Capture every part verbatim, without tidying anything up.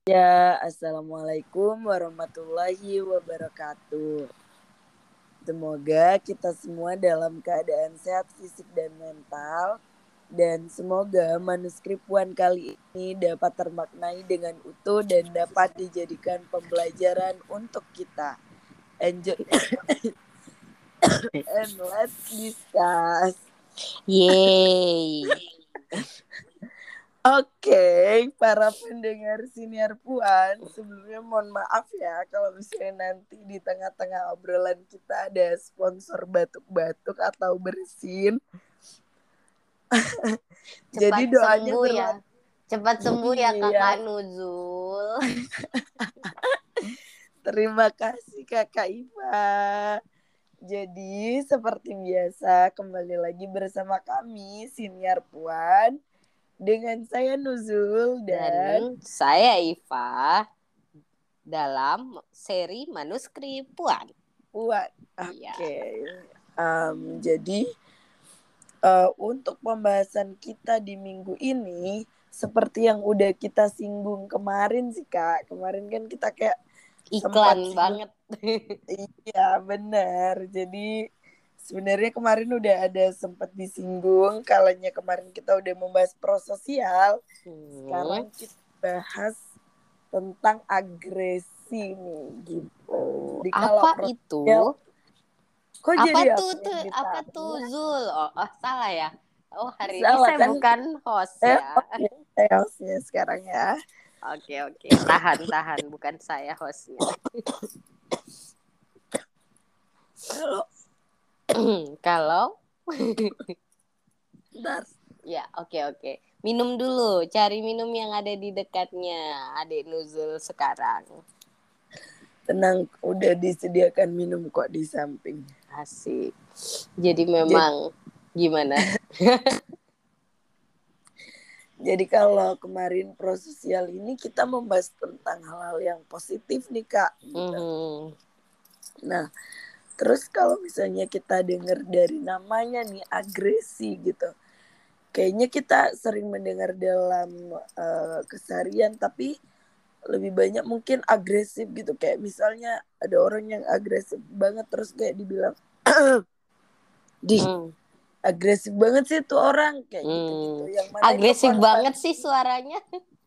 Ya, Assalamualaikum warahmatullahi wabarakatuh. Semoga kita semua dalam keadaan sehat fisik dan mental. Dan semoga manuskrip Puan kali ini dapat termaknai dengan utuh dan dapat dijadikan pembelajaran untuk kita. Enjoy and let's discuss. Yeay. Oke, para pendengar siniar Puan, sebelumnya mohon maaf ya kalau misalnya nanti di tengah-tengah obrolan kita ada sponsor batuk-batuk atau bersin. Jadi Cepat doanya sembuh ya. berlaku. Cepat sembuh ya Iya. Kakak Nuzul. Terima kasih Kakak Iva. Jadi seperti biasa kembali lagi bersama kami siniar Puan dengan saya Nuzul dan, Dan saya Iva dalam seri manuskrip Puan. Puan. Iya. Oke. Um, jadi uh, untuk pembahasan kita di minggu ini seperti yang udah kita singgung kemarin sih Kak. Kemarin kan kita kayak sempat Iklan singgung. banget. Iya benar. Jadi sebenarnya kemarin udah ada sempat disinggung. Kalanya kemarin kita udah membahas prososial. Hmm. Sekarang kita bahas tentang agresi nih gitu. Jadi kalau Apa prososial, itu? kok Apa jadi tuh aku tuh yang apa ditanya? tuh Zul? Oh, oh salah ya. Oh, hari ini Salah saya kan? bukan host Eh, ya. saya hostnya sekarang ya. Oke, oke. Tahan, tahan. Bukan saya hostnya. Kalau Kalau Bentar. ya, oke oke. Minum dulu, cari minum yang ada di dekatnya Adik Nuzul sekarang. Tenang, udah disediakan minum kok di samping. Asik. Jadi memang Jadi, gimana? Jadi kalau kemarin prososial ini kita membahas tentang hal-hal yang positif nih Kak. Gitu. Mm-hmm. Nah, terus kalau misalnya kita dengar dari namanya nih agresi gitu. Kayaknya kita sering mendengar dalam uh, keseharian tapi lebih banyak mungkin agresif gitu. Kayak misalnya ada orang yang agresif banget terus kayak dibilang di Mm. agresif banget sih tuh orang kayak Mm. gitu-gitu. Yang mana agresif itu banget sih suaranya.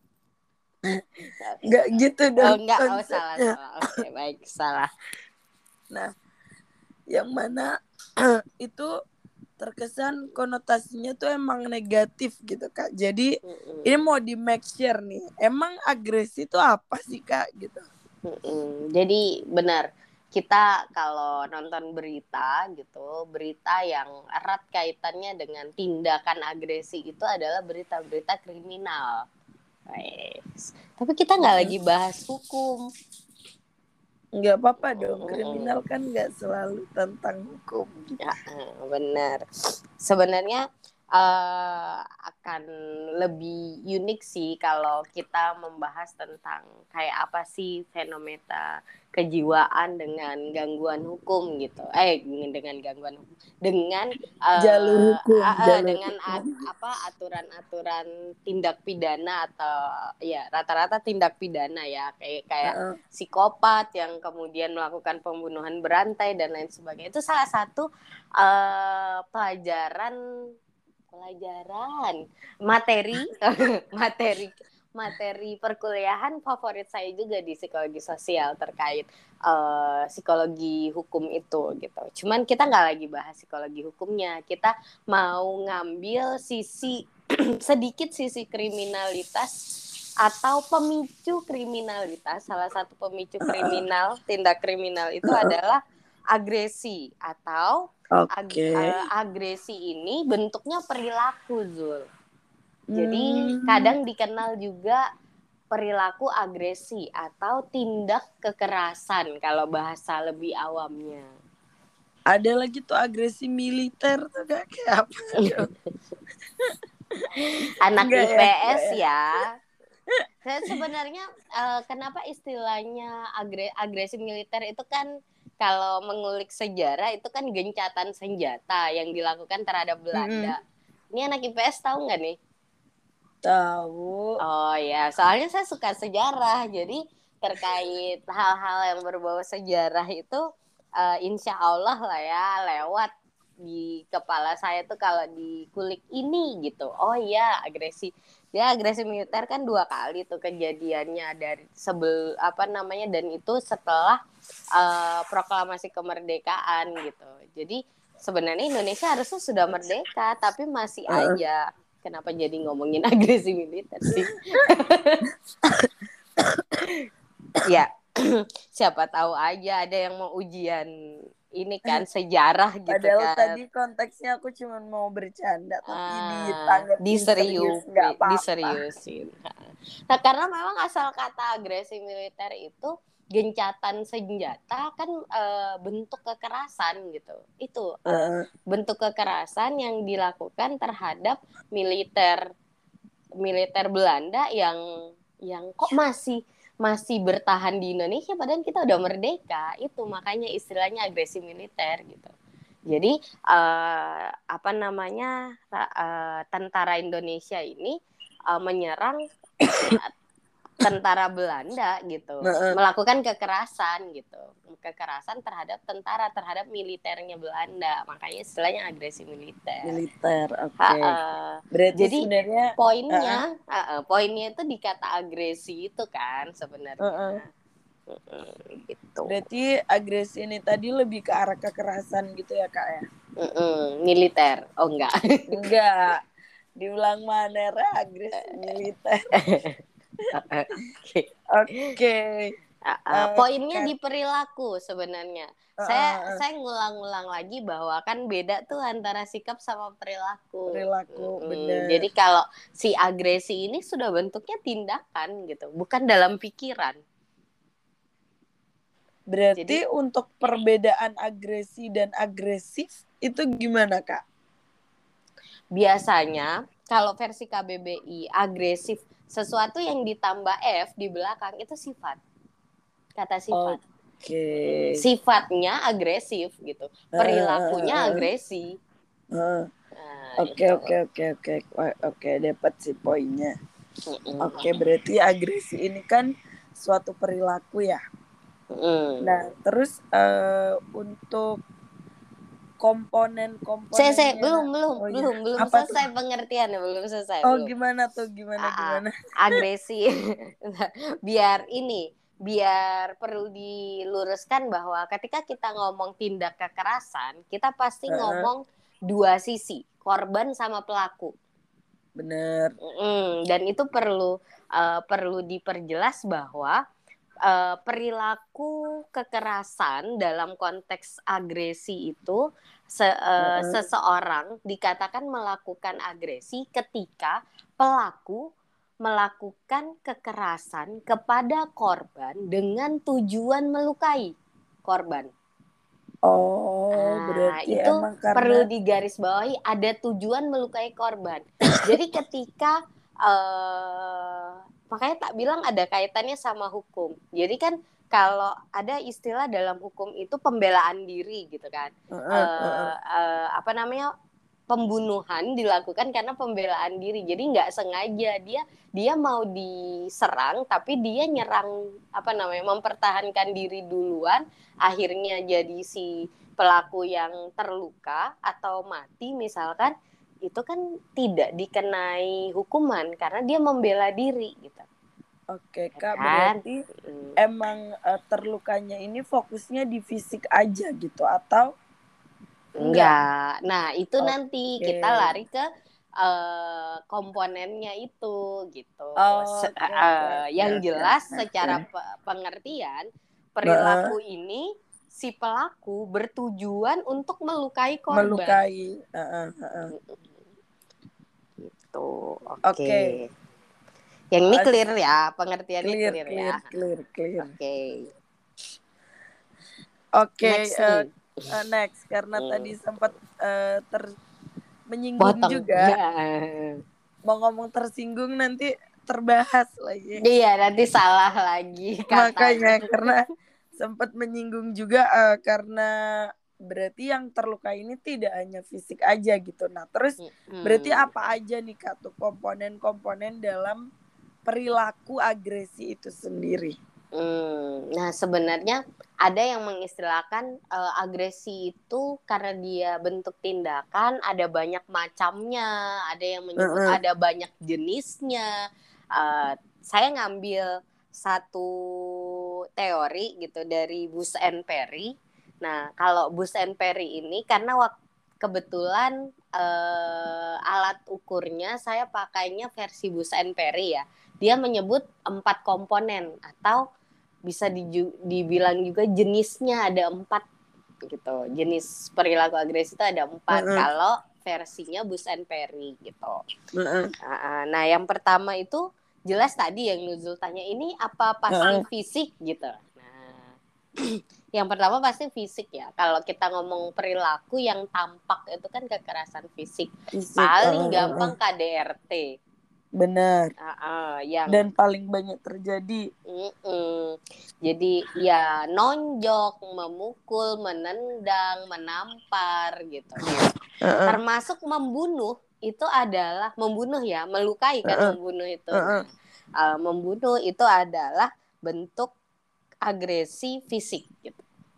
Enggak gitu dong. Oh enggak, oh salah konsepnya. salah. Oke, okay, baik, salah. Nah, yang mana itu terkesan konotasinya tuh emang negatif gitu Kak. Jadi Mm-mm. ini mau di make share nih. Emang agresi itu apa sih Kak gitu? Mm-mm. Jadi benar. Kita kalau nonton berita gitu, berita yang erat kaitannya dengan tindakan agresi itu adalah berita-berita kriminal. Nice. Tapi kita nggak lagi bahas hukum. Nggak apa-apa dong, kriminal kan nggak selalu tentang hukum. Ya, benar. Sebenarnya uh, akan lebih unik sih kalau kita membahas tentang kayak apa sih fenomena kejiwaan dengan gangguan hukum gitu. Eh dengan gangguan hukum, dengan uh, jalur hukum, uh, uh, jalur dengan hukum. at, apa aturan-aturan tindak pidana atau ya rata-rata tindak pidana ya kayak kayak uh-uh. psikopat yang kemudian melakukan pembunuhan berantai dan lain sebagainya. Itu salah satu uh, pelajaran pelajaran materi materi materi perkuliahan favorit saya juga di psikologi sosial terkait uh, psikologi hukum itu gitu. Cuman kita nggak lagi bahas psikologi hukumnya, kita mau ngambil sisi sedikit sisi kriminalitas atau pemicu kriminalitas. Salah satu pemicu kriminal, tindak kriminal itu adalah agresi atau okay. ag- agresi ini bentuknya perilaku, Zul. Jadi hmm. kadang dikenal juga perilaku agresi atau tindak kekerasan kalau bahasa lebih awamnya. Ada lagi tuh agresi militer tuh kayak apa tuh? Anak I P S ya. ya. Saya sebenarnya uh, kenapa istilahnya agre- agresi militer itu kan kalau mengulik sejarah itu kan gencatan senjata yang dilakukan terhadap Belanda. Mm-hmm. Ini anak I P S tahu nggak nih? Tahu. Oh ya, soalnya saya suka sejarah, jadi terkait hal-hal yang berbau sejarah itu uh, insya Allah lah ya lewat di kepala saya tuh kalau dikulik ini gitu. Oh iya, agresi. Ya agresi militer kan dua kali tuh kejadiannya dari sebel apa namanya dan itu setelah uh, proklamasi kemerdekaan gitu. Jadi sebenarnya Indonesia harusnya sudah merdeka tapi masih Uh. aja. Kenapa jadi ngomongin agresi militer sih? Ya, siapa tahu aja ada yang mau ujian ini kan sejarah gitu Padahal kan. tadi konteksnya aku cuma mau bercanda, tapi uh, ditanggapin serius diserius, nggak apa-apa. diseriusin. Nah, karena memang asal kata agresi militer itu gencatan senjata kan e, bentuk kekerasan gitu. Itu e, uh. bentuk kekerasan yang dilakukan terhadap militer militer Belanda yang yang kok masih masih bertahan di Indonesia padahal kita udah merdeka. Itu makanya istilahnya agresi militer gitu. Jadi uh, apa namanya uh, tentara Indonesia ini uh, menyerang tentara Belanda gitu, melakukan kekerasan gitu, kekerasan terhadap tentara terhadap militernya Belanda, makanya istilahnya agresi militer. Militer, oke. Okay. Uh, Berarti jadi sebenarnya poinnya, uh, uh, uh, poinnya itu di kata agresi itu kan sebenarnya. Uh, uh. Uh-uh. Gitu. Berarti agresi ini tadi lebih ke arah kekerasan gitu ya kak ya? Uh-uh. Militer, oh enggak? Enggak, diulang mana agresi militer? Oke. Okay. Okay. Uh, uh, poinnya kan di perilaku sebenarnya. Uh, saya uh, uh. saya ngulang-ngulang lagi bahwa kan beda tuh antara sikap sama perilaku. Perilaku, hmm, benar. Jadi kalau si agresi ini sudah bentuknya tindakan gitu, bukan dalam pikiran. Berarti jadi, untuk perbedaan agresi dan agresif itu gimana kak? Biasanya kalau versi K B B I agresif sesuatu yang ditambah F di belakang itu sifat. Kata sifat. Oke. Okay. Sifatnya agresif gitu. Perilakunya uh, agresi. Oke oke oke oke oke dapat sih poinnya. Uh, Oke okay, berarti agresi ini kan suatu perilaku ya. Uh. Nah terus uh, untuk komponen-komponennya. Saya, saya belum belum oh, belum ya. belum Apa selesai tuh? pengertiannya belum selesai. Oh belum. gimana tuh gimana Aa, gimana? Agresi biar ini biar perlu diluruskan bahwa ketika kita ngomong tindak kekerasan kita pasti uh-huh. ngomong dua sisi korban sama pelaku. Bener. Mm, dan itu perlu uh, perlu diperjelas bahwa Uh, perilaku kekerasan dalam konteks agresi itu se, uh, uh-huh. seseorang dikatakan melakukan agresi ketika pelaku melakukan kekerasan kepada korban dengan tujuan melukai korban. Oh, nah, berarti itu emang karena perlu digarisbawahi ada tujuan melukai korban. Jadi ketika uh, makanya tak bilang ada kaitannya sama hukum. Jadi kan kalau ada istilah dalam hukum itu pembelaan diri gitu kan. Uh, uh, uh. Uh, apa namanya pembunuhan dilakukan karena pembelaan diri. Jadi nggak sengaja dia dia mau diserang tapi dia nyerang apa namanya mempertahankan diri duluan. Akhirnya jadi si pelaku yang terluka atau mati misalkan. Itu kan tidak dikenai hukuman karena dia membela diri gitu. Oke kak, kan? Berarti hmm. emang uh, terlukanya ini fokusnya di fisik aja gitu atau enggak? Enggak. Nah itu okay. Nanti kita lari ke uh, komponennya itu gitu. Oh, okay, uh, okay, yang okay, jelas okay. Secara pe- pengertian perilaku uh-uh. ini si pelaku bertujuan untuk melukai korban. Melukai. Uh-uh, uh-uh. Oke. Okay. Yang ini clear ya, pengertiannya clear, clear, clear ya. Clear, clear, Oke. Okay. Oke, okay, next, uh, uh, next karena hmm. tadi sempat uh, ter menyinggung Potong. juga. Mau ngomong tersinggung nanti terbahas lagi. Iya, nanti salah lagi katanya. Makanya karena sempat menyinggung juga uh, karena berarti yang terluka ini tidak hanya fisik aja gitu. Nah terus hmm. berarti apa aja nih Kak tuh komponen-komponen dalam perilaku agresi itu sendiri? Hmm, nah sebenarnya ada yang mengistilahkan uh, agresi itu karena dia bentuk tindakan, ada banyak macamnya, ada yang menyebut uh-uh. ada banyak jenisnya. Uh, saya ngambil satu teori gitu dari Bush and Perry. Nah kalau Bush and Perry ini karena waktu kebetulan uh, alat ukurnya saya pakainya versi Bush and Perry ya. Dia menyebut empat komponen atau bisa di, dibilang juga jenisnya ada empat gitu. Jenis perilaku agresi itu ada empat uh-uh. kalau versinya Bush and Perry gitu. Uh-uh. Nah yang pertama itu jelas tadi yang Nuzul tanya ini apa pasti uh-uh. fisik gitu. Nah yang pertama pasti fisik ya. Kalau kita ngomong perilaku yang tampak itu kan kekerasan fisik. fisik Paling uh-uh. gampang K D R T. Benar. Uh, uh, yang dan paling banyak terjadi. Uh-uh. Jadi ya nonjok, memukul, menendang, menampar gitu. Uh-uh. Termasuk membunuh itu adalah membunuh ya, melukai kan uh-uh. membunuh itu. Uh-uh. Nah, uh, membunuh itu adalah bentuk agresi fisik gitu.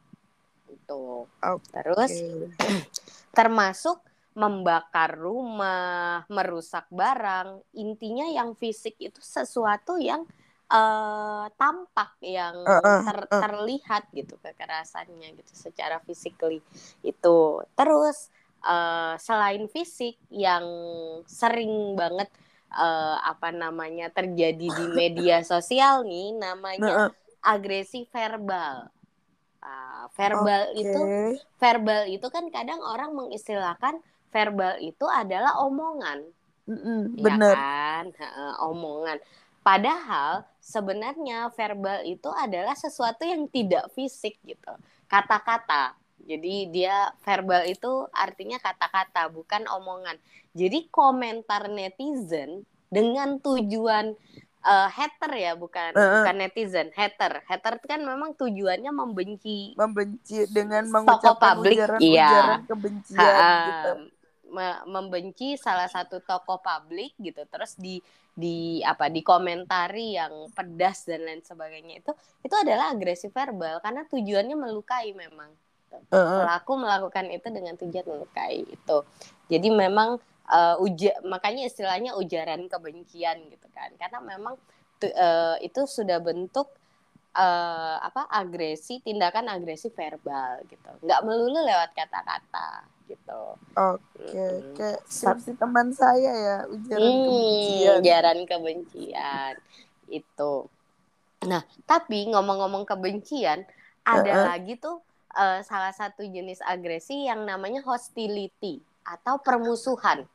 Itu. Okay. Terus termasuk membakar rumah, merusak barang, intinya yang fisik itu sesuatu yang uh, tampak, yang uh, ter, terlihat gitu kekerasannya gitu secara physically itu. Terus uh, selain fisik yang sering banget uh, apa namanya terjadi di media sosial nih, namanya agresi verbal. Uh, verbal okay. itu verbal itu kan kadang orang mengistilahkan verbal itu adalah omongan, mm-mm, ya bener. kan, ha, omongan. Padahal sebenarnya verbal itu adalah sesuatu yang tidak fisik gitu, kata-kata. Jadi dia verbal itu artinya kata-kata, bukan omongan. Jadi komentar netizen dengan tujuan uh, hater ya, bukan uh, bukan netizen, hater. Hater kan memang tujuannya membenci, membenci dengan mengucapkan ujaran-ujaran kebencian ha, gitu. Membenci salah satu tokoh publik gitu, terus di di apa dikomentari yang pedas dan lain sebagainya, itu itu adalah agresi verbal karena tujuannya melukai memang. Uh-uh. Pelaku melakukan itu dengan tujuan melukai itu. Jadi memang uh, uja makanya istilahnya ujaran kebencian gitu kan. Karena memang tu, uh, itu sudah bentuk uh, apa agresi, tindakan agresi verbal gitu. Nggak melulu lewat kata-kata gitu. Oke, hmm. kayak skripsi teman saya ya, ujaran hmm, kebencian. Ujaran kebencian itu. Nah, tapi ngomong-ngomong kebencian, ada uh-uh. lagi tuh uh, salah satu jenis agresi yang namanya hostility atau permusuhan.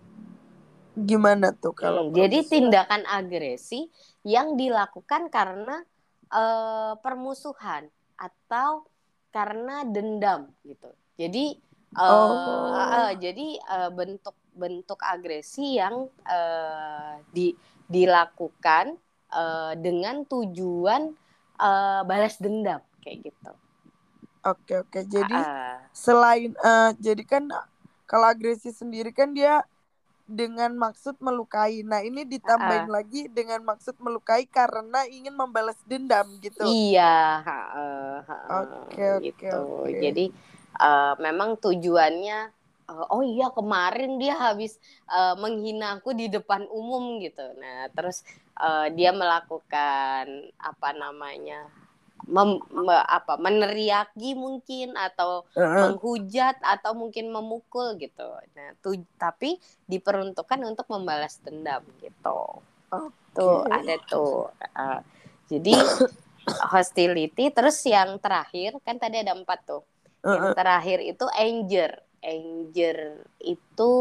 Gimana tuh kalau hmm, Jadi tindakan agresi yang dilakukan karena uh, permusuhan atau karena dendam gitu. Jadi uh, oh. uh, uh, jadi uh, bentuk-bentuk agresi yang uh, di, dilakukan uh, dengan tujuan uh, balas dendam kayak gitu. Oke oke. Jadi uh, selain uh, jadi kan kalau agresi sendiri kan dia dengan maksud melukai. Nah, ini ditambahin uh, lagi dengan maksud melukai karena ingin membalas dendam gitu. Iya, uh, uh, oke gitu. Oke, oke. Jadi uh, memang tujuannya uh, oh iya kemarin dia habis uh, menghina aku di depan umum gitu. Nah, terus uh, dia melakukan apa namanya? Mem, me, apa meneriaki mungkin atau uh-huh. menghujat atau mungkin memukul gitu. Nah, tu, tapi diperuntukkan untuk membalas dendam gitu. Okay. Tuh ada tuh. Uh, jadi hostility, terus yang terakhir kan tadi ada empat tuh. Uh-huh. Yang terakhir itu anger. Anger itu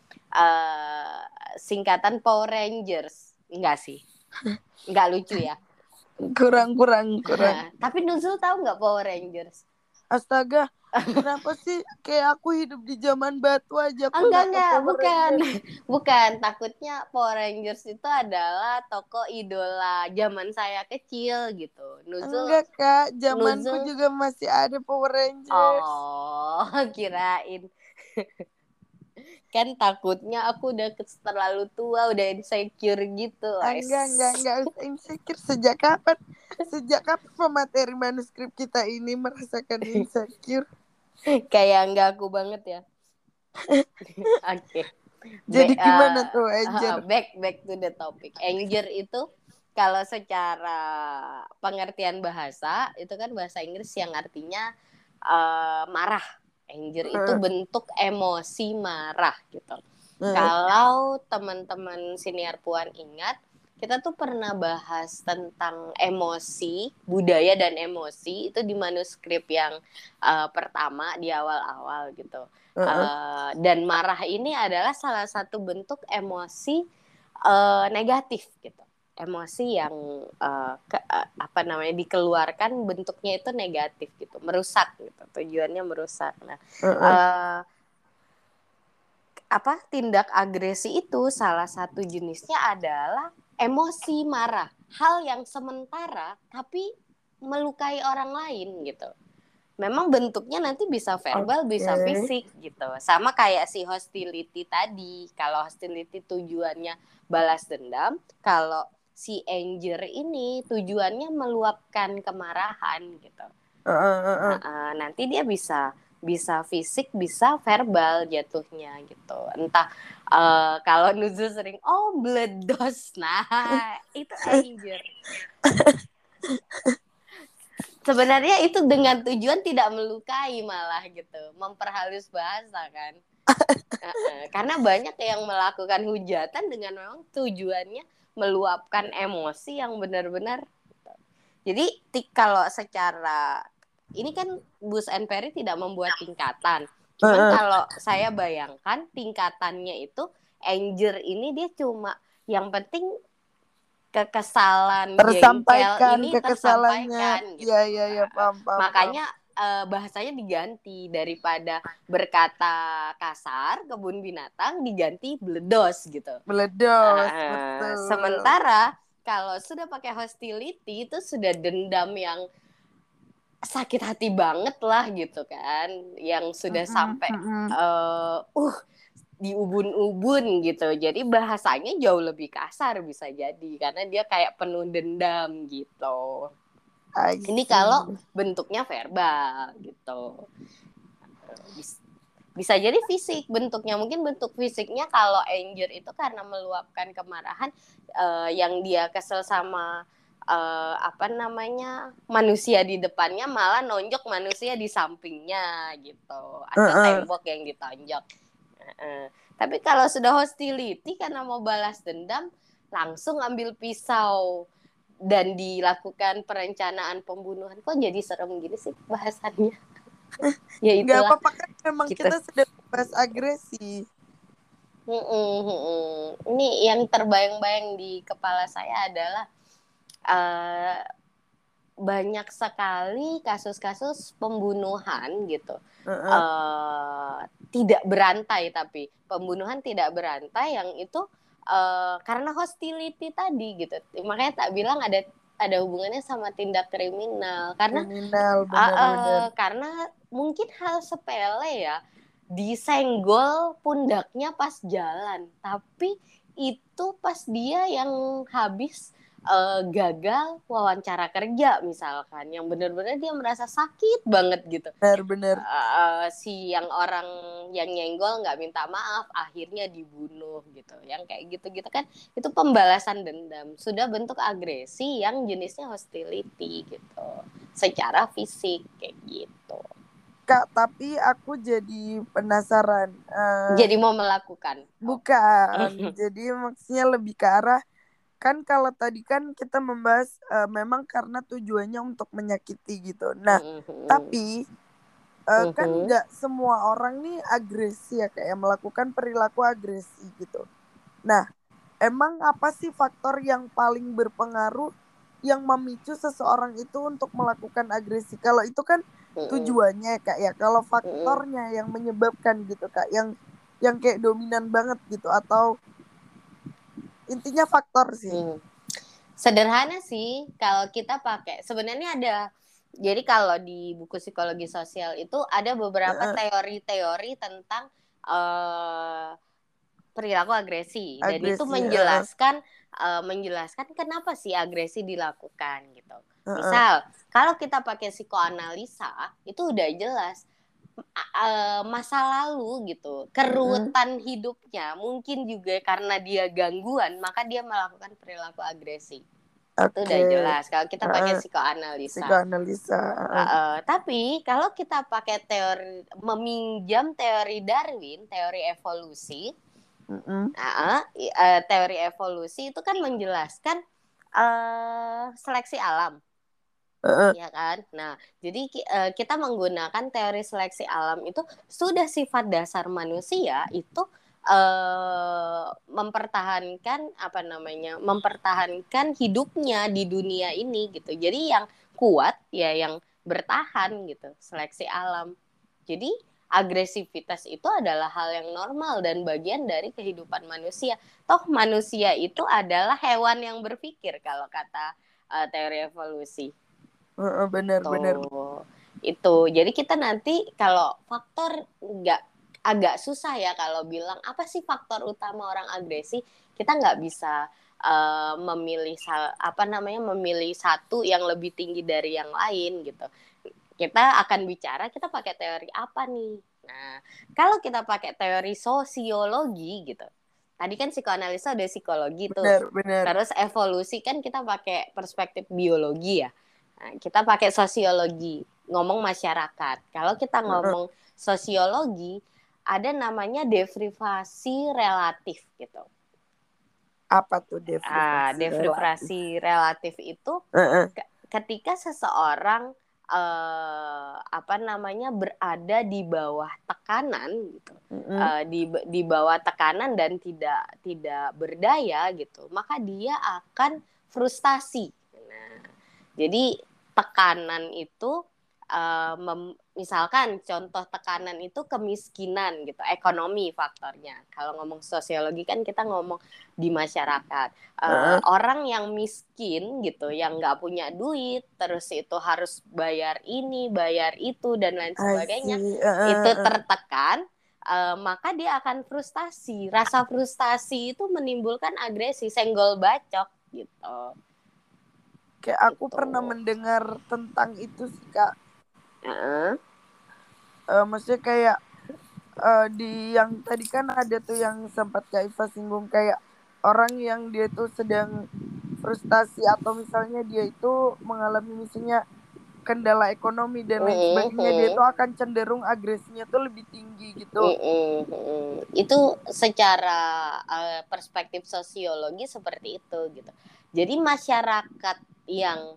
uh, singkatan Power Rangers. Enggak sih. Enggak lucu ya. Kurang kurang kurang. Tapi Nuzul tahu nggak Power Rangers? Astaga, Kenapa sih kayak aku hidup di zaman batu aja aku Enggak, nonton enggak, Power bukan. Rangers. Bukan, takutnya Power Rangers itu adalah tokoh idola zaman saya kecil gitu. Nuzul, Enggak kak, zamanku Nuzul. juga masih ada Power Rangers. Oh, kirain. Kan takutnya aku udah terlalu tua, udah insecure gitu. Enggak, enggak, enggak usah insecure. Sejak kapan? Sejak kapan pemateri manuskrip kita ini merasakan insecure? Kayak enggak aku banget ya. Oke. Okay. Jadi Ba- gimana uh, tuh, uh, Angel? back back to the topic. Anger itu kalau secara pengertian bahasa itu kan bahasa Inggris yang artinya uh, marah. Anger itu Uh, bentuk emosi marah gitu. uh, Kalau teman-teman senior Puan ingat, kita tuh pernah bahas tentang emosi, budaya dan emosi itu di manuskrip yang uh, pertama di awal-awal gitu. uh, uh. Uh, dan marah ini adalah salah satu bentuk emosi uh, negatif gitu. Emosi yang uh, ke, uh, apa namanya dikeluarkan bentuknya itu negatif gitu, merusak gitu. Tujuannya merusak. Nah, Uh, uh. uh, apa tindak agresi itu salah satu jenisnya adalah emosi marah, hal yang sementara tapi melukai orang lain gitu. Memang bentuknya nanti bisa verbal, Oke. bisa fisik gitu. Sama kayak si hostility tadi. Kalau hostility tujuannya balas dendam, kalau si anger ini tujuannya meluapkan kemarahan gitu. Uh, uh, uh, uh. Nah, uh, nanti dia bisa bisa fisik, bisa verbal jatuhnya gitu. Entah uh, kalau Nuzul sering oh bledos, nah itu anger. Sebenarnya itu dengan tujuan tidak melukai malah gitu, memperhalus bahasa kan. Uh-uh. Karena banyak yang melakukan hujatan dengan memang tujuannya meluapkan emosi yang benar-benar. Jadi kalau secara ini kan Bus and Perry tidak membuat tingkatan. Cuman Uh, uh. kalau saya bayangkan tingkatannya itu anger ini dia cuma yang penting kekesalan jengkel Tersampaikan ini kekesalannya. tersampaikan Iya, gitu. iya, iya, paham, paham, paham. Makanya uh, bahasanya diganti daripada berkata kasar kebun binatang diganti bledos gitu. Meledos, Uh, betul. sementara kalau sudah pakai hostility itu sudah dendam yang sakit hati banget lah gitu kan, yang sudah Mm-mm, sampai mm-mm. uh, uh di ubun-ubun gitu. Jadi bahasanya jauh lebih kasar bisa jadi karena dia kayak penuh dendam gitu. I Ini kalau see. bentuknya verbal gitu. Bisa, bisa jadi fisik bentuknya. Mungkin bentuk fisiknya kalau anger itu karena meluapkan kemarahan uh, yang dia kesel sama uh, apa namanya manusia di depannya malah nonjok manusia di sampingnya gitu. Atau Uh-uh. tembok yang ditonjok. Uh, tapi kalau sudah hostility karena mau balas dendam langsung ambil pisau dan dilakukan perencanaan pembunuhan. Kok jadi serem gini sih bahasannya? Ya Nggak itulah apa-apa kan memang gitu. kita sedang bahas agresi. Mm-mm, mm-mm. Ini yang terbayang-bayang di kepala saya adalah uh, banyak sekali kasus-kasus pembunuhan gitu. Uh-uh. Uh, tidak berantai tapi pembunuhan tidak berantai yang itu uh, karena hostility tadi gitu. Makanya tak bilang ada ada hubungannya sama tindak kriminal karena Kriminal, uh, benar-benar. uh, karena mungkin hal sepele ya disenggol pundaknya pas jalan tapi itu pas dia yang habis Uh, gagal wawancara kerja misalkan yang benar-benar dia merasa sakit banget gitu Benar-benar. uh, si yang orang yang nyenggol nggak minta maaf akhirnya dibunuh gitu yang kayak gitu-gitu kan itu pembalasan dendam sudah bentuk agresi yang jenisnya hostility gitu secara fisik kayak gitu. Kak, tapi aku jadi penasaran. Uh, Jadi mau melakukan bukan. Jadi maksudnya lebih ke arah kan kalau tadi kan kita membahas uh, memang karena tujuannya untuk menyakiti gitu. Nah, tapi uh, kan nggak semua orang nih agresi ya kayak melakukan perilaku agresi gitu. Nah, emang apa sih faktor yang paling berpengaruh yang memicu seseorang itu untuk melakukan agresi? Kalau itu kan tujuannya Kak ya. Kalau Mm-mm. faktornya yang menyebabkan gitu Kak, yang yang kayak dominan banget gitu, atau intinya faktor sih. Hmm. Sederhana sih kalau kita pakai. Sebenarnya ada. Jadi kalau di buku psikologi sosial itu ada beberapa Heeh, teori-teori tentang uh, perilaku agresi dan itu agresi. Heeh, menjelaskan uh, menjelaskan kenapa sih agresi dilakukan gitu. heeh, Misal kalau kita pakai psikoanalisa itu udah jelas uh, masa lalu gitu, heeh. keruwetan hidupnya mungkin juga karena dia gangguan maka dia melakukan perilaku agresi. Itu Oke. udah jelas kalau kita pakai Heeh, psikoanalisa. psikoanalisa. Uh, Heeh. uh, tapi kalau kita pakai teori meminjam teori Darwin, teori evolusi, Heeh, uh, uh, teori evolusi itu kan menjelaskan uh, seleksi alam, heeh, ya kan? Nah, jadi uh, kita menggunakan teori seleksi alam itu sudah sifat dasar manusia itu uh, mempertahankan apa namanya, mempertahankan hidupnya di dunia ini gitu. Jadi yang kuat ya yang bertahan gitu, seleksi alam. Jadi agresivitas itu adalah hal yang normal dan bagian dari kehidupan manusia. Toh manusia itu adalah hewan yang berpikir kalau kata uh, teori evolusi. heeh, benar benar. Tuh, itu. Jadi kita nanti kalau faktor nggak agak susah ya kalau bilang apa sih faktor utama orang agresi, kita nggak bisa uh, memilih apa namanya memilih satu yang lebih tinggi dari yang lain gitu. Kita akan bicara kita pakai teori apa nih. Nah, kalau kita pakai teori sosiologi gitu. Tadi kan psikoanalisa udah psikologi tuh. Benar benar. Terus evolusi kan kita pakai perspektif biologi ya. Nah, kita pakai sosiologi, ngomong masyarakat. Kalau kita Heeh. ngomong sosiologi, ada namanya deprivasi relatif gitu. Apa tuh Ah, deprivasi relatif? deprivasi relatif itu Heeh, ketika seseorang eh, apa namanya berada di bawah tekanan gitu, heeh. eh, di di bawah tekanan dan tidak tidak berdaya gitu, maka dia akan frustasi. Nah, jadi tekanan itu uh, mem, misalkan contoh tekanan itu kemiskinan gitu, ekonomi faktornya. Kalau ngomong sosiologi kan kita ngomong di masyarakat. Uh, Heeh. orang yang miskin gitu, yang nggak punya duit, terus itu harus bayar ini, bayar itu dan lain I sebagainya, see. Heeh, itu heeh. tertekan. Uh, maka dia akan frustasi. Rasa frustasi itu menimbulkan agresi, senggol bacok gitu. Kayak aku Gitu. pernah mendengar tentang itu sih Kak. Uh-uh. Eh, maksudnya kayak eh, di yang tadi kan ada tuh yang sempat Kak Iva singgung, kayak orang yang dia tuh sedang frustasi atau misalnya dia itu mengalami misalnya kendala ekonomi dan lain sebagainya, dia Mm-mm. tuh akan cenderung agresinya tuh lebih tinggi gitu. Mm-mm. Mm-mm. Itu secara uh, perspektif sosiologi seperti itu gitu. Jadi masyarakat yang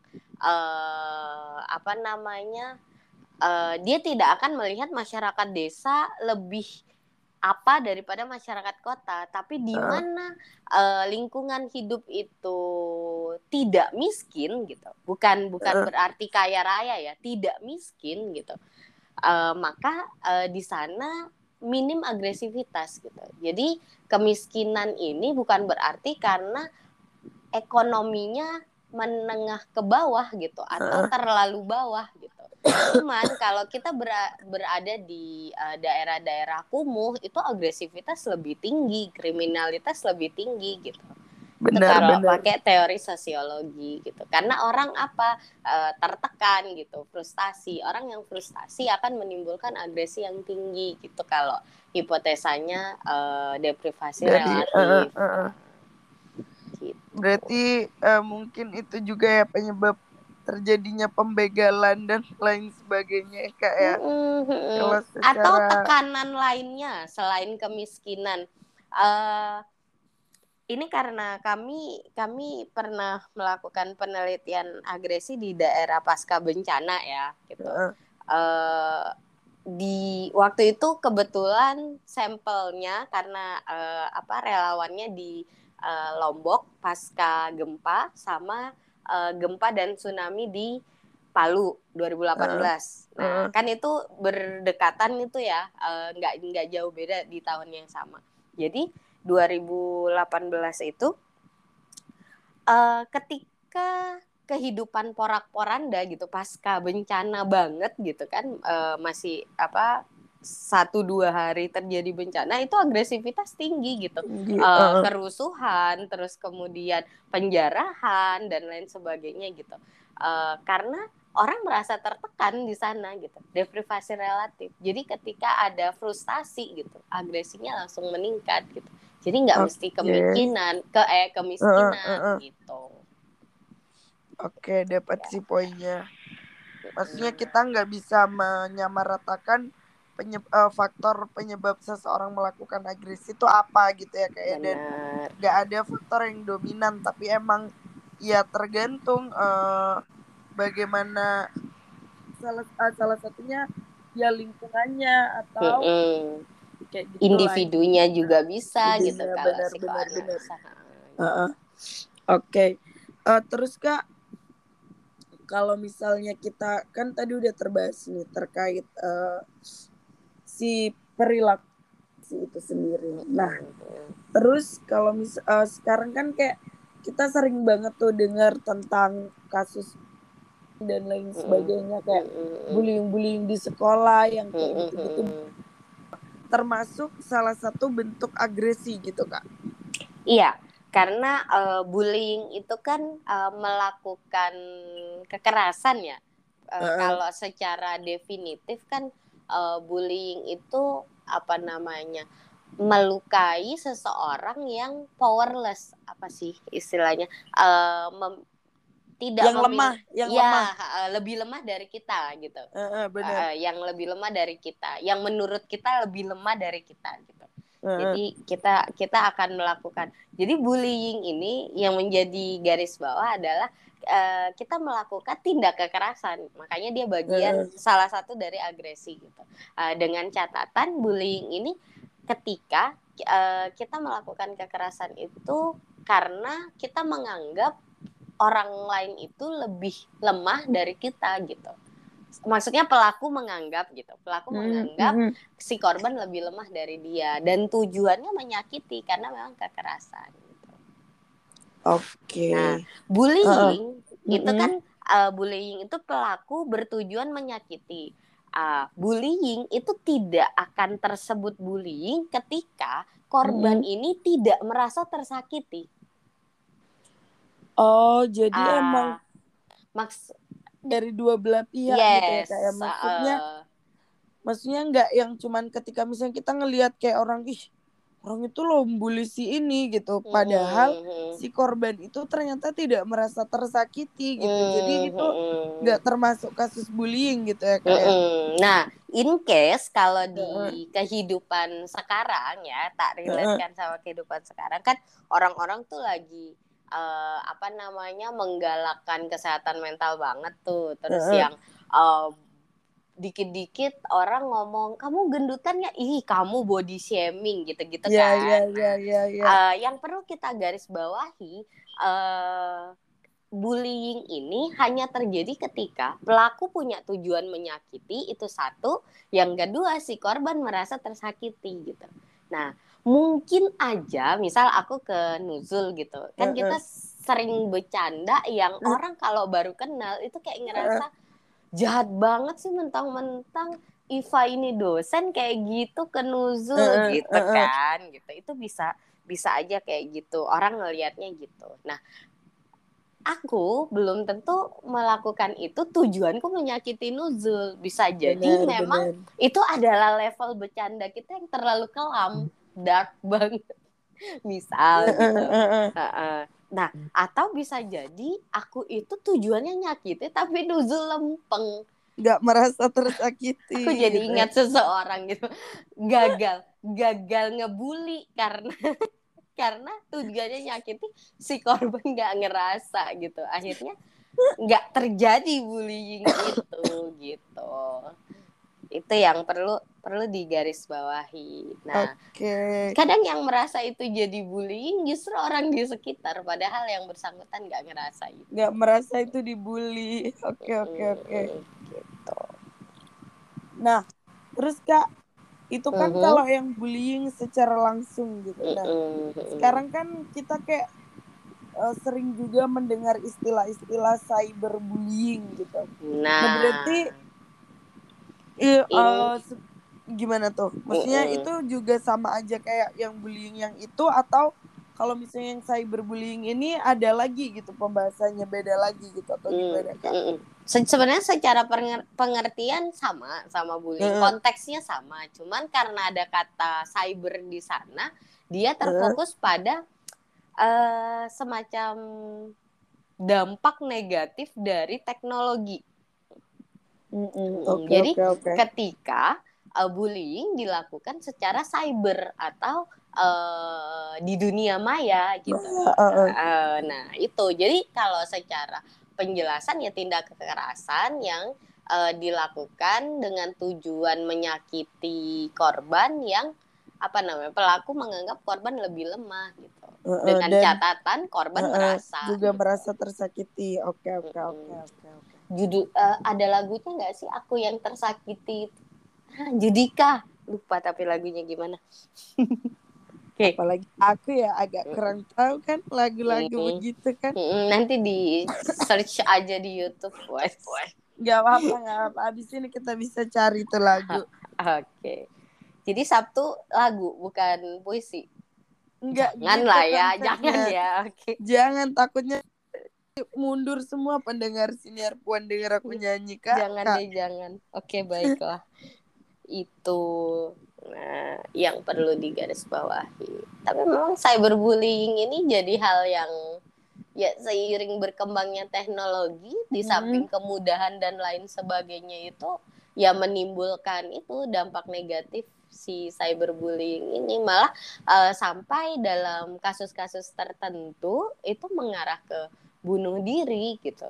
uh, apa namanya uh, dia tidak akan melihat masyarakat desa lebih apa daripada masyarakat kota, tapi di Heeh, mana uh, lingkungan hidup itu tidak miskin gitu, bukan bukan heeh. berarti kaya raya ya, tidak miskin gitu, uh, maka uh, di sana minim agresivitas gitu. Jadi kemiskinan ini bukan berarti karena ekonominya menengah ke bawah gitu atau Heeh. terlalu bawah gitu. Cuman kalau kita berada di uh, daerah-daerah kumuh itu agresivitas lebih tinggi, kriminalitas lebih tinggi gitu. Itu kalau Benar-benar. pakai teori sosiologi gitu. Karena orang apa uh, tertekan gitu, frustasi. Orang yang frustasi akan menimbulkan agresi yang tinggi gitu kalau hipotesanya uh, deprivasi Dari heeh, relatif. heeh. Gitu. Berarti eh, mungkin itu juga ya penyebab terjadinya pembegalan dan lain sebagainya ya, Kak ya. Mm-mm, mm-mm. Kalau Atau secara tekanan lainnya selain kemiskinan. Uh, ini karena kami kami pernah melakukan penelitian agresi di daerah pasca bencana ya gitu. heeh, Uh, di waktu itu kebetulan sampelnya karena uh, apa relawannya di uh, Lombok pasca gempa sama uh, gempa dan tsunami di Palu dua ribu delapan belas. Uh, Nah, uh. kan itu berdekatan itu ya, uh, nggak nggak jauh beda di tahun yang sama. Jadi dua ribu delapan belas itu uh, ketika kehidupan porak-poranda gitu pasca bencana banget gitu kan, uh, masih apa satu dua hari terjadi bencana itu agresivitas tinggi gitu, Tinggi, uh, uh. kerusuhan, terus kemudian penjarahan dan lain sebagainya gitu, uh, karena orang merasa tertekan di sana gitu, deprivasi relatif. Jadi ketika ada frustasi gitu, agresinya langsung meningkat gitu. Jadi nggak okay. mesti kemiskinan, ke eh kemiskinan uh, uh, uh. gitu. Oke, dapat ya. sih poinnya. Maksudnya kita nggak bisa menyamaratakan penyeb, uh, faktor penyebab seseorang melakukan agresi itu apa gitu ya kayak. Dan nggak ada faktor yang dominan, tapi emang ya tergantung uh, bagaimana salah uh, salah satunya ya lingkungannya atau mm-hmm. kayak gitu individunya lah. juga bisa individunya, gitu kalau benar, benar, benar. Uh-uh. Oke, okay. uh, terus Kak, kalau misalnya kita kan tadi udah terbahas nih terkait uh, si perilaku itu sendiri. Nah, terus kalau mis uh, sekarang kan kayak kita sering banget tuh dengar tentang kasus dan lain sebagainya kayak bullying-bullying di sekolah yang kayak gitu-gitu. Termasuk salah satu bentuk agresi gitu Kak. Iya. Karena uh, bullying itu kan uh, melakukan kekerasan ya. Uh, uh-uh. Kalau secara definitif kan uh, bullying itu apa namanya melukai seseorang yang powerless, apa sih istilahnya, uh, mem- tidak yang lemah, yang ya lemah. Uh, lebih lemah dari kita gitu. Uh, uh, benar. Uh, yang lebih lemah dari kita, yang menurut kita lebih lemah dari kita gitu. Jadi kita kita akan melakukan. Jadi bullying ini yang menjadi garis bawah adalah uh, kita melakukan tindak kekerasan. Makanya dia bagian uh. salah satu dari agresi gitu. Uh, dengan catatan bullying ini ketika uh, kita melakukan kekerasan itu karena kita menganggap orang lain itu lebih lemah dari kita gitu. Maksudnya pelaku menganggap gitu, pelaku hmm, menganggap hmm. si korban lebih lemah dari dia dan tujuannya menyakiti karena memang kekerasan. Gitu. Oke. Okay. Nah, bullying uh, itu mm-hmm. kan uh, bullying itu pelaku bertujuan menyakiti. Uh, bullying itu tidak akan tersebut bullying ketika korban mm-hmm. ini tidak merasa tersakiti. Oh, jadi uh, emang maks dari dua belah pihak yes, gitu ya kayak maksudnya uh, maksudnya nggak yang cuman ketika misalnya kita ngelihat kayak orang ih orang itu loh membuli si ini gitu padahal mm-hmm. si korban itu ternyata tidak merasa tersakiti gitu mm-hmm. jadi itu nggak termasuk kasus bullying gitu ya kayak mm-hmm. Nah in case kalau di uh-uh. kehidupan sekarang ya tak relate kan uh-uh. sama kehidupan sekarang kan orang-orang tuh lagi Uh, apa namanya menggalakkan kesehatan mental banget tuh terus uh-uh. yang uh, dikit-dikit orang ngomong kamu gendutan ya ih kamu body shaming gitu-gitu yeah, kan yeah, yeah, yeah, yeah. Uh, yang perlu kita garis bawahi uh, bullying ini hanya terjadi ketika pelaku punya tujuan menyakiti itu satu, yang kedua si korban merasa tersakiti gitu. Nah mungkin aja misal aku ke Nuzul gitu kan uh-uh. kita sering bercanda yang uh. orang kalau baru kenal itu kayak ngerasa uh. jahat banget sih mentang-mentang Iva ini dosen kayak gitu ke Nuzul uh. gitu uh. kan gitu. Itu bisa bisa aja kayak gitu orang ngelihatnya gitu. Nah aku belum tentu melakukan itu tujuanku menyakiti Nuzul. Bisa jadi bener, memang bener. Itu adalah level bercanda kita yang terlalu kelam, dark banget. Misal gitu. Nah, atau bisa jadi aku itu tujuannya nyakiti tapi Nuzul lempeng. Gak merasa tersakiti. Aku jadi gitu. ingat seseorang gitu. Gagal, gagal ngebully karena karena tujuannya nyakiti si korban nggak ngerasa gitu akhirnya nggak terjadi bullying itu gitu Itu yang perlu perlu digarisbawahi. Nah, Oke. kadang yang merasa itu jadi bullying justru orang di sekitar, padahal yang bersangkutan nggak ngerasa itu. Nggak merasa itu dibully. Oke, oke, oke. Hmm, gitu. Nah, terus Kak, itu kan Mhm. kalau yang bullying secara langsung gitu. Nah, Mm-mm. sekarang kan kita kayak uh, sering juga mendengar istilah-istilah cyberbullying gitu. Nah, Nah, berarti i- in uh, se- gimana tuh? Maksudnya mm-mm. itu juga sama aja kayak yang bullying yang itu, atau kalau misalnya yang cyberbullying ini ada lagi gitu pembahasannya, beda lagi gitu, atau Mm, gimana Kak? mm-mm. Se- sebenarnya secara penger- pengertian sama sama bullying, Heeh, konteksnya sama, cuman karena ada kata cyber di sana, dia heeh, terfokus pada eh, semacam dampak negatif dari teknologi. mm-mm. Hmm, Oke, jadi oke, oke. ketika uh, bullying dilakukan secara cyber atau uh, di dunia maya gitu. Nah, heeh. Uh, nah itu, jadi kalau secara penjelasan ya tindak kekerasan yang uh, dilakukan dengan tujuan menyakiti korban yang apa namanya pelaku menganggap korban lebih lemah gitu. Heeh, Dengan dan catatan korban heeh, merasa juga gitu. merasa tersakiti. Oke, oke, oke, Mm-mm. oke, oke. Judul uh, ada lagunya nggak sih aku yang tersakiti. Hah, Judika lupa tapi lagunya gimana. Oke. Apalagi aku ya agak kurang tahu kan lagu-lagu Mm-mm. begitu kan. Mm-mm. Nanti di search aja di YouTube wes. Gak apa-apa, gak apa-apa. Abis ini kita bisa cari tuh lagu. Oke, jadi Sabtu lagu bukan puisi. Enggak Jangan gitu lah ya, jangan konsepnya. ya. Oke, Jangan, takutnya mundur semua pendengar siniar Puan dengar aku nyanyi kak. jangan Kak. deh jangan. Oke baiklah. Itu nah yang perlu digarisbawahi. Tapi memang cyberbullying ini jadi hal yang ya seiring berkembangnya teknologi di Hmm, samping kemudahan dan lain sebagainya itu ya menimbulkan itu dampak negatif si cyberbullying ini malah uh, sampai dalam kasus-kasus tertentu itu mengarah ke bunuh diri gitu.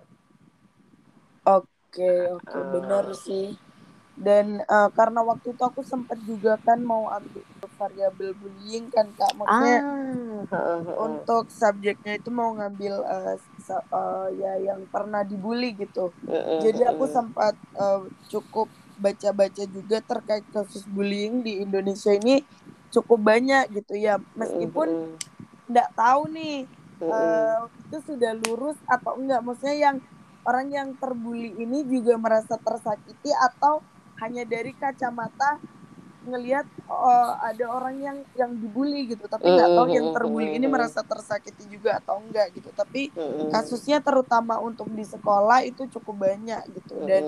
oke, oke, benar Uh, sih. Dan eh, karena waktu itu aku sempat juga kan mau ambil variabel bullying kan kak. Maksudnya ah, untuk subjeknya itu mau ngambil eh, sa- eh, ya yang pernah dibully gitu. Jadi aku sempat eh, cukup baca-baca juga terkait kasus bullying di Indonesia ini cukup banyak gitu ya. Meskipun nggak tahu nih eh, itu sudah lurus atau enggak. Maksudnya yang orang yang terbully ini juga merasa tersakiti atau hanya dari kacamata ngelihat oh, ada orang yang yang dibully gitu, tapi nggak tahu yang terbully ini merasa tersakiti juga atau enggak gitu. Tapi kasusnya terutama untuk di sekolah itu cukup banyak gitu. dan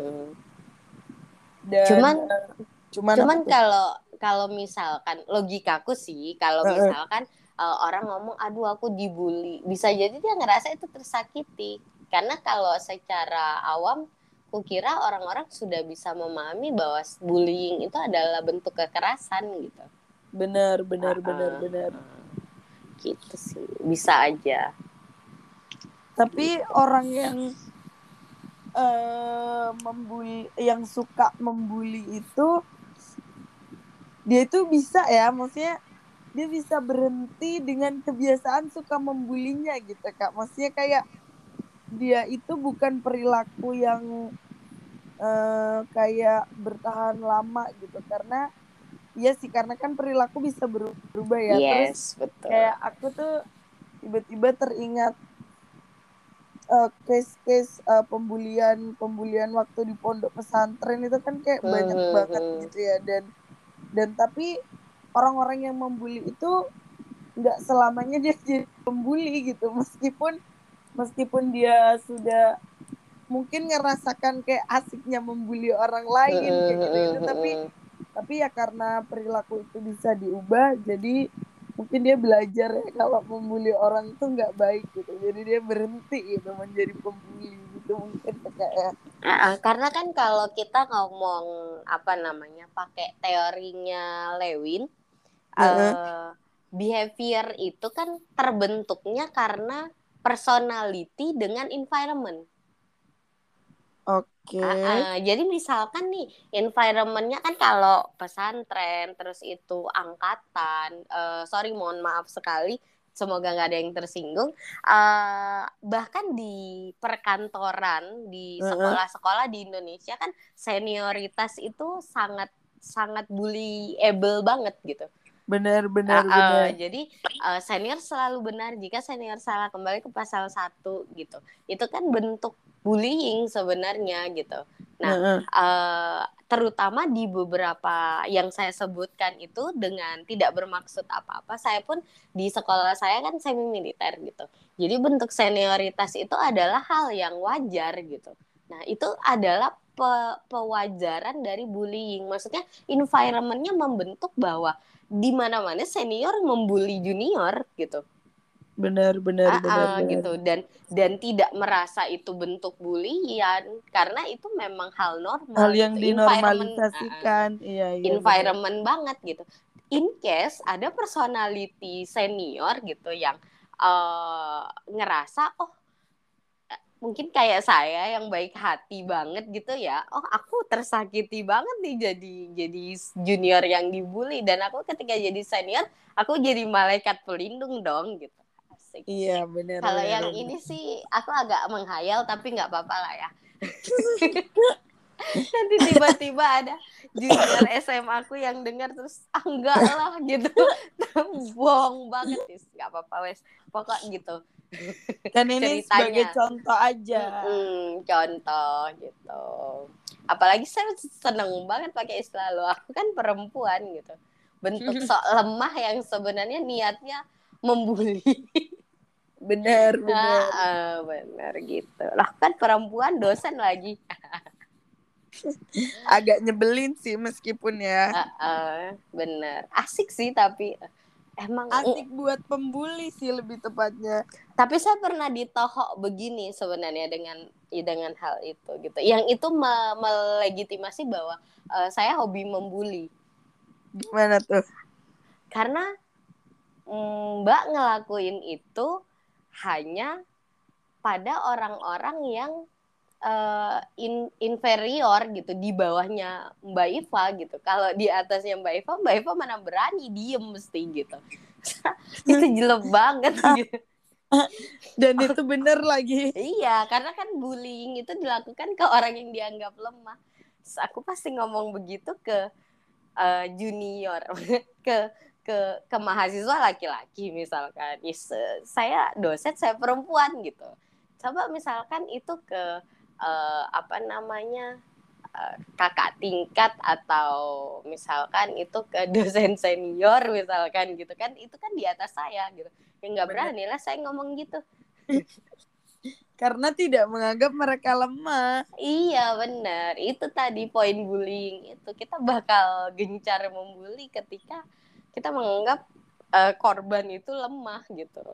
dan cuman eh, cuman apa Cuman tuh? kalau kalau misalkan logikaku sih, kalau Heeh. misalkan uh, orang ngomong, aduh aku dibully, bisa jadi dia ngerasa itu tersakiti. Karena kalau secara awam, kukira orang-orang sudah bisa memahami bahwa bullying itu adalah bentuk kekerasan gitu. Benar, benar, Uh, benar, uh, benar. gitu sih, bisa aja. Tapi orang yang eh membuli, yang suka membuli itu, dia itu bisa ya, maksudnya dia bisa berhenti dengan kebiasaan suka membulinya gitu kak. Maksudnya kayak dia itu bukan perilaku yang eh, kayak bertahan lama gitu, karena iya sih, karena kan perilaku bisa berubah ya. Terus Yes, betul. kayak aku tuh tiba-tiba teringat eh, case-case eh, pembulian pembulian waktu di pondok pesantren itu kan kayak banyak banget Hmm, gitu ya. dan dan tapi orang-orang yang membuli itu nggak selamanya dia jadi pembuli gitu, meskipun meskipun dia sudah mungkin ngerasakan kayak asiknya membuli orang lain kayak gitu-gitu, tapi tapi ya karena perilaku itu bisa diubah, jadi mungkin dia belajar ya kalau membuli orang tuh nggak baik gitu, jadi dia berhenti gitu menjadi pembuli gitu mungkin kayak. Uh, karena kan kalau kita ngomong apa namanya pakai teorinya Lewin, Heeh. uh, behavior itu kan terbentuknya karena personality dengan environment. Oke. Uh, uh, jadi misalkan nih environment-nya kan kalau pesantren terus itu angkatan, uh, sorry mohon maaf sekali, semoga nggak ada yang tersinggung. Uh, bahkan di perkantoran, di Uh-uh. sekolah-sekolah di Indonesia kan senioritas itu sangat sangat bullyable banget gitu. Benar, benar, Uh, uh, benar. jadi uh, senior selalu benar jika senior salah, kembali ke pasal satu gitu. Itu kan bentuk bullying sebenarnya gitu. Nah, Uh-uh. uh, terutama di beberapa yang saya sebutkan itu dengan tidak bermaksud apa-apa. Saya pun di sekolah saya kan semi militer gitu. Jadi bentuk senioritas itu adalah hal yang wajar gitu. Nah, itu adalah pe- pewajaran dari bullying. Maksudnya environment-nya membentuk bahwa di mana-mana senior membuli junior gitu. Benar, benar, Ah, benar, ah, benar. gitu dan dan tidak merasa itu bentuk bulian karena itu memang hal Hal normal yang gitu. Environment ah, ah, dinormalisasikan. Iya, iya, benar. environment banget gitu. In case ada personality senior gitu yang uh, ngerasa oh mungkin kayak saya yang baik hati banget gitu ya. Oh, aku tersakiti banget nih jadi jadi junior yang dibully dan aku ketika jadi senior, aku jadi malaikat pelindung dong gitu. Asik. Iya, benar, Kalau benar, yang benar. ini sih aku agak menghayal tapi nggak apa-apa lah ya. Nanti tiba-tiba ada junior S M A aku yang dengar terus ah, enggak lah gitu. Bohong banget sih, nggak apa-apa wes. Pokok gitu. Kan ini sebagai Ceritanya. contoh aja. Mm-mm, contoh gitu. Apalagi saya seneng banget pakai istilah lo. Aku kan perempuan gitu. Bentuk sok lemah yang sebenarnya niatnya membuli. Benar, benar. Ah, benar gitu. Lah kan perempuan dosen lagi. Agak nyebelin sih meskipun ya. Ah, ah, benar. Asik sih tapi emang Asik buat pembuli sih lebih tepatnya. tapi saya pernah ditohok begini sebenarnya dengan dengan hal itu gitu. Yang itu me- melegitimasi bahwa uh, saya hobi membuli. Gimana tuh? Karena mm, Mbak ngelakuin itu hanya pada orang-orang yang uh, in, inferior gitu, di bawahnya Mbak Iva gitu. Kalau di atasnya Mbak Iva, Mbak Iva mana berani diem mesti gitu. Itu jelek banget gitu. Dan itu bener lagi. Iya, karena kan bullying itu dilakukan ke orang yang dianggap lemah. Terus aku pasti ngomong begitu ke uh, junior, ke ke ke mahasiswa laki-laki misalkan. Yes, saya dosen, saya perempuan gitu. Coba misalkan itu ke uh, apa namanya uh, kakak tingkat atau misalkan itu ke dosen senior misalkan gitu kan, itu kan di atas saya gitu. Ya nggak berani lah saya ngomong gitu. Karena tidak menganggap mereka lemah. Iya benar, itu tadi poin bullying itu. Kita bakal gencar membuli ketika kita menganggap uh, korban itu lemah gitu.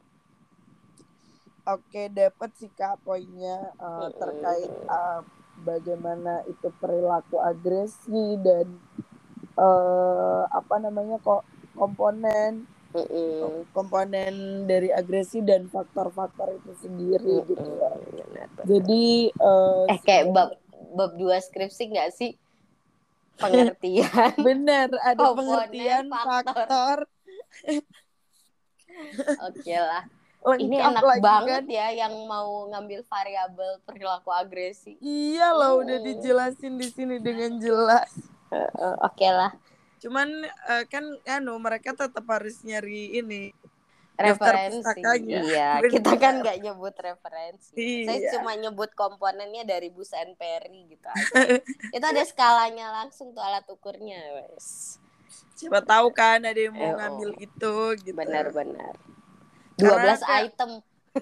Oke, dapat sih Kak poinnya uh, terkait uh, bagaimana itu perilaku agresi dan uh, apa namanya kok komponen Mm-mm. komponen dari agresi dan faktor-faktor itu sendiri Mm-mm. gitu ya. Benar, benar. Jadi uh, eh kayak bab bab dua skripsi nggak sih, pengertian benar ada komponen pengertian faktor. faktor. Oke lah. Ini Lengkap enak lagi banget kan? ya yang mau ngambil variabel perilaku agresi. Iya loh, Hmm. udah dijelasin di sini dengan jelas. Uh, uh, Oke lah. Cuman uh, kan anu mereka tetap harus nyari ini Referensi. Iya, bener. kita kan nggak nyebut referensi. Iya. Saya cuma nyebut komponennya dari Bu Sanperi gitu aja. Itu ada skalanya langsung tuh alat ukurnya, wes. Siapa tahu kan ada yang mau eh, ngambil oh. itu gitu. Benar-benar. dua belas kayak... item.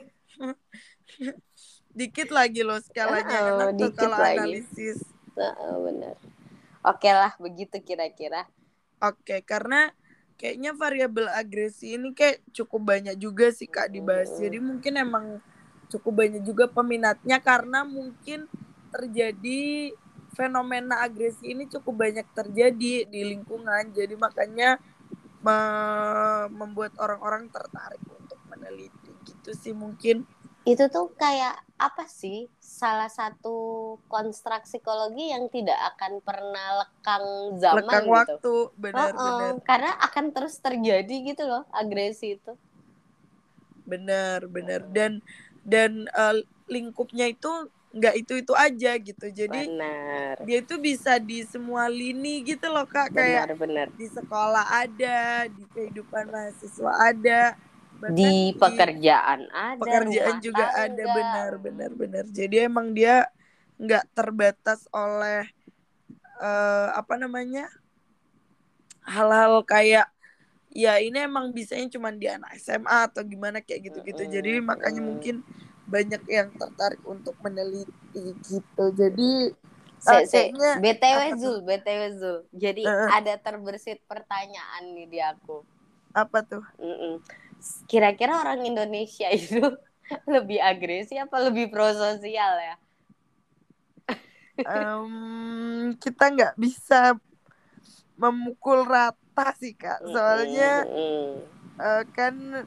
Dikit lagi loh skalanya. Oh, enak tuh kalau lagi. analisis. Oh, benar. Oke lah, begitu kira-kira. Oke, karena kayaknya variabel agresi ini kayak cukup banyak juga sih Kak dibahas. Jadi mungkin emang cukup banyak juga peminatnya karena mungkin terjadi fenomena agresi ini cukup banyak terjadi di lingkungan. Jadi makanya me- membuat orang-orang tertarik untuk meneliti gitu sih mungkin. itu tuh kayak apa sih, salah satu konstruk psikologi yang tidak akan pernah lekang zaman lekang gitu. waktu, benar-benar. Oh, karena akan terus terjadi gitu loh agresi itu. Benar, benar. Dan dan uh, lingkupnya itu nggak itu-itu aja gitu. Jadi benar. Dia itu bisa di semua lini gitu loh Kak. Benar, kayak benar. Di sekolah ada, di kehidupan mahasiswa ada, bahkan Di pekerjaan di ada, pekerjaan rumah juga tangga. ada, benar, benar, benar. Jadi emang dia nggak terbatas oleh uh, apa namanya hal-hal kayak ya ini emang bisanya cuma di anak S M A atau gimana kayak gitu-gitu. Mm-mm. Jadi makanya mungkin banyak yang tertarik untuk meneliti gitu. Jadi uh, Se, se, kayaknya B T W apa tuh? Zul, B T W Zul. Jadi Uh, ada terbersit pertanyaan nih di aku. apa tuh? Mm-mm. Kira-kira orang Indonesia itu lebih agresi apa lebih prososial ya? Um, kita nggak bisa memukul rata sih Kak. Soalnya Mm-mm. uh, kan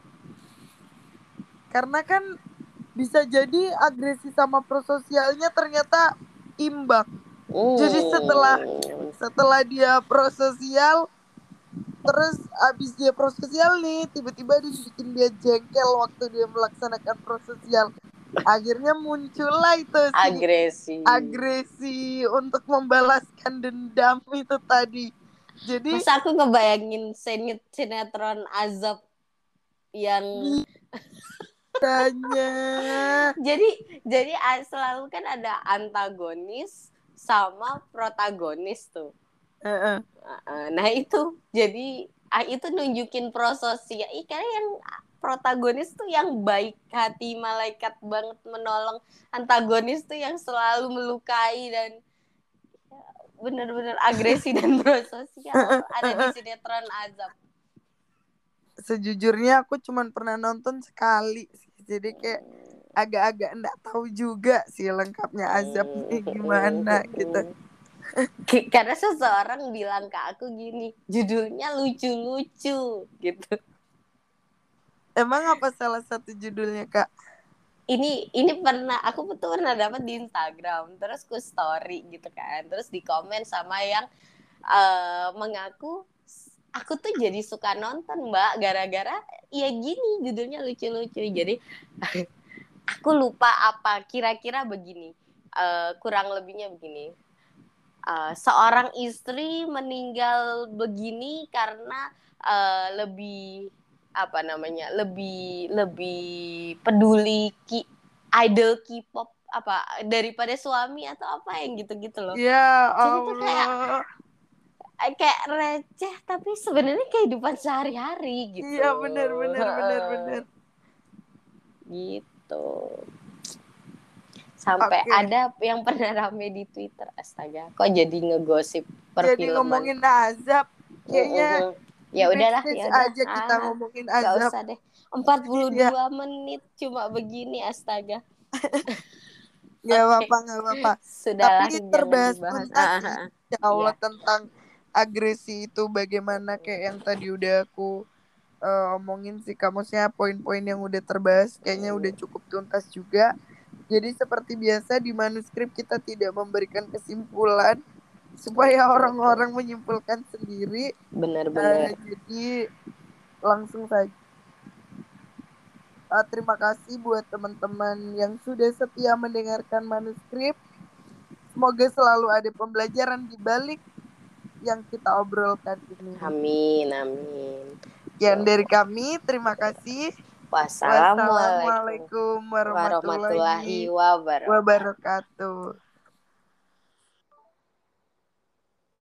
karena kan bisa jadi agresi sama prososialnya ternyata imbang. Mm. Jadi setelah setelah dia prososial, terus abis dia prososial nih, tiba-tiba dia bikin dia jengkel waktu dia melaksanakan prososial. Akhirnya muncullah itu si agresi. agresi untuk membalaskan dendam itu tadi. Jadi masa aku ngebayangin sinetron Azab yang Tanya. jadi jadi selalu kan ada antagonis sama protagonis tuh. Uh-uh. Nah itu jadi itu nunjukin prososial. Karena yang protagonis tuh yang baik hati, malaikat banget menolong. Antagonis tuh yang selalu melukai dan ya, benar-benar agresi dan prososial ada di sinetron Azab. Sejujurnya aku cuma pernah nonton sekali sih. Jadi kayak agak-agak enggak tahu juga sih lengkapnya Azab nih gimana gitu. Karena seseorang bilang ke aku gini, judulnya lucu-lucu gitu. Emang apa salah satu judulnya Kak? Ini ini pernah aku tuh pernah dapat di Instagram, terus ku story gitu kan, terus di komen sama yang uh, mengaku aku tuh jadi suka nonton Mbak gara-gara ya gini judulnya lucu-lucu. Jadi aku lupa apa, kira-kira begini, uh, kurang lebihnya begini. Uh, seorang istri meninggal begini karena uh, lebih apa namanya lebih lebih peduli ki, idol K-pop apa daripada suami atau apa yang gitu-gitu loh. Ya Jadi tuh kayak Allah. kayak receh tapi sebenarnya kehidupan sehari-hari gitu. Iya benar benar benar benar. Gitu. Sampai okay. ada yang pernah rame di Twitter, astaga, kok jadi ngegosip perfilman. Jadi ngomongin Azab, kayaknya uh-uh. ya udahlah, ya udah aja kita ah, ngomongin Azab. Gak usah deh. empat puluh dua menit cuma begini, astaga. Gak apa-apa, gak apa-apa. Sudahlah, tapi terbahas dibahas. tuntas Ah, sih, ah, ya Allah, iya. tentang agresi itu bagaimana kayak yang tadi udah aku uh, omongin sih, kamusnya poin-poin yang udah terbahas kayaknya udah cukup tuntas juga. Jadi seperti biasa di manuskrip kita tidak memberikan kesimpulan supaya orang-orang menyimpulkan sendiri. Benar-benar. Uh, jadi langsung saja. Uh, terima kasih buat teman-teman yang sudah setia mendengarkan manuskrip. Semoga selalu ada pembelajaran di balik yang kita obrolkan ini. Amin, amin. Sekian dari kami, terima kasih. Wassalamualaikum Wassalamualaikum warahmatullahi wabarakatuh.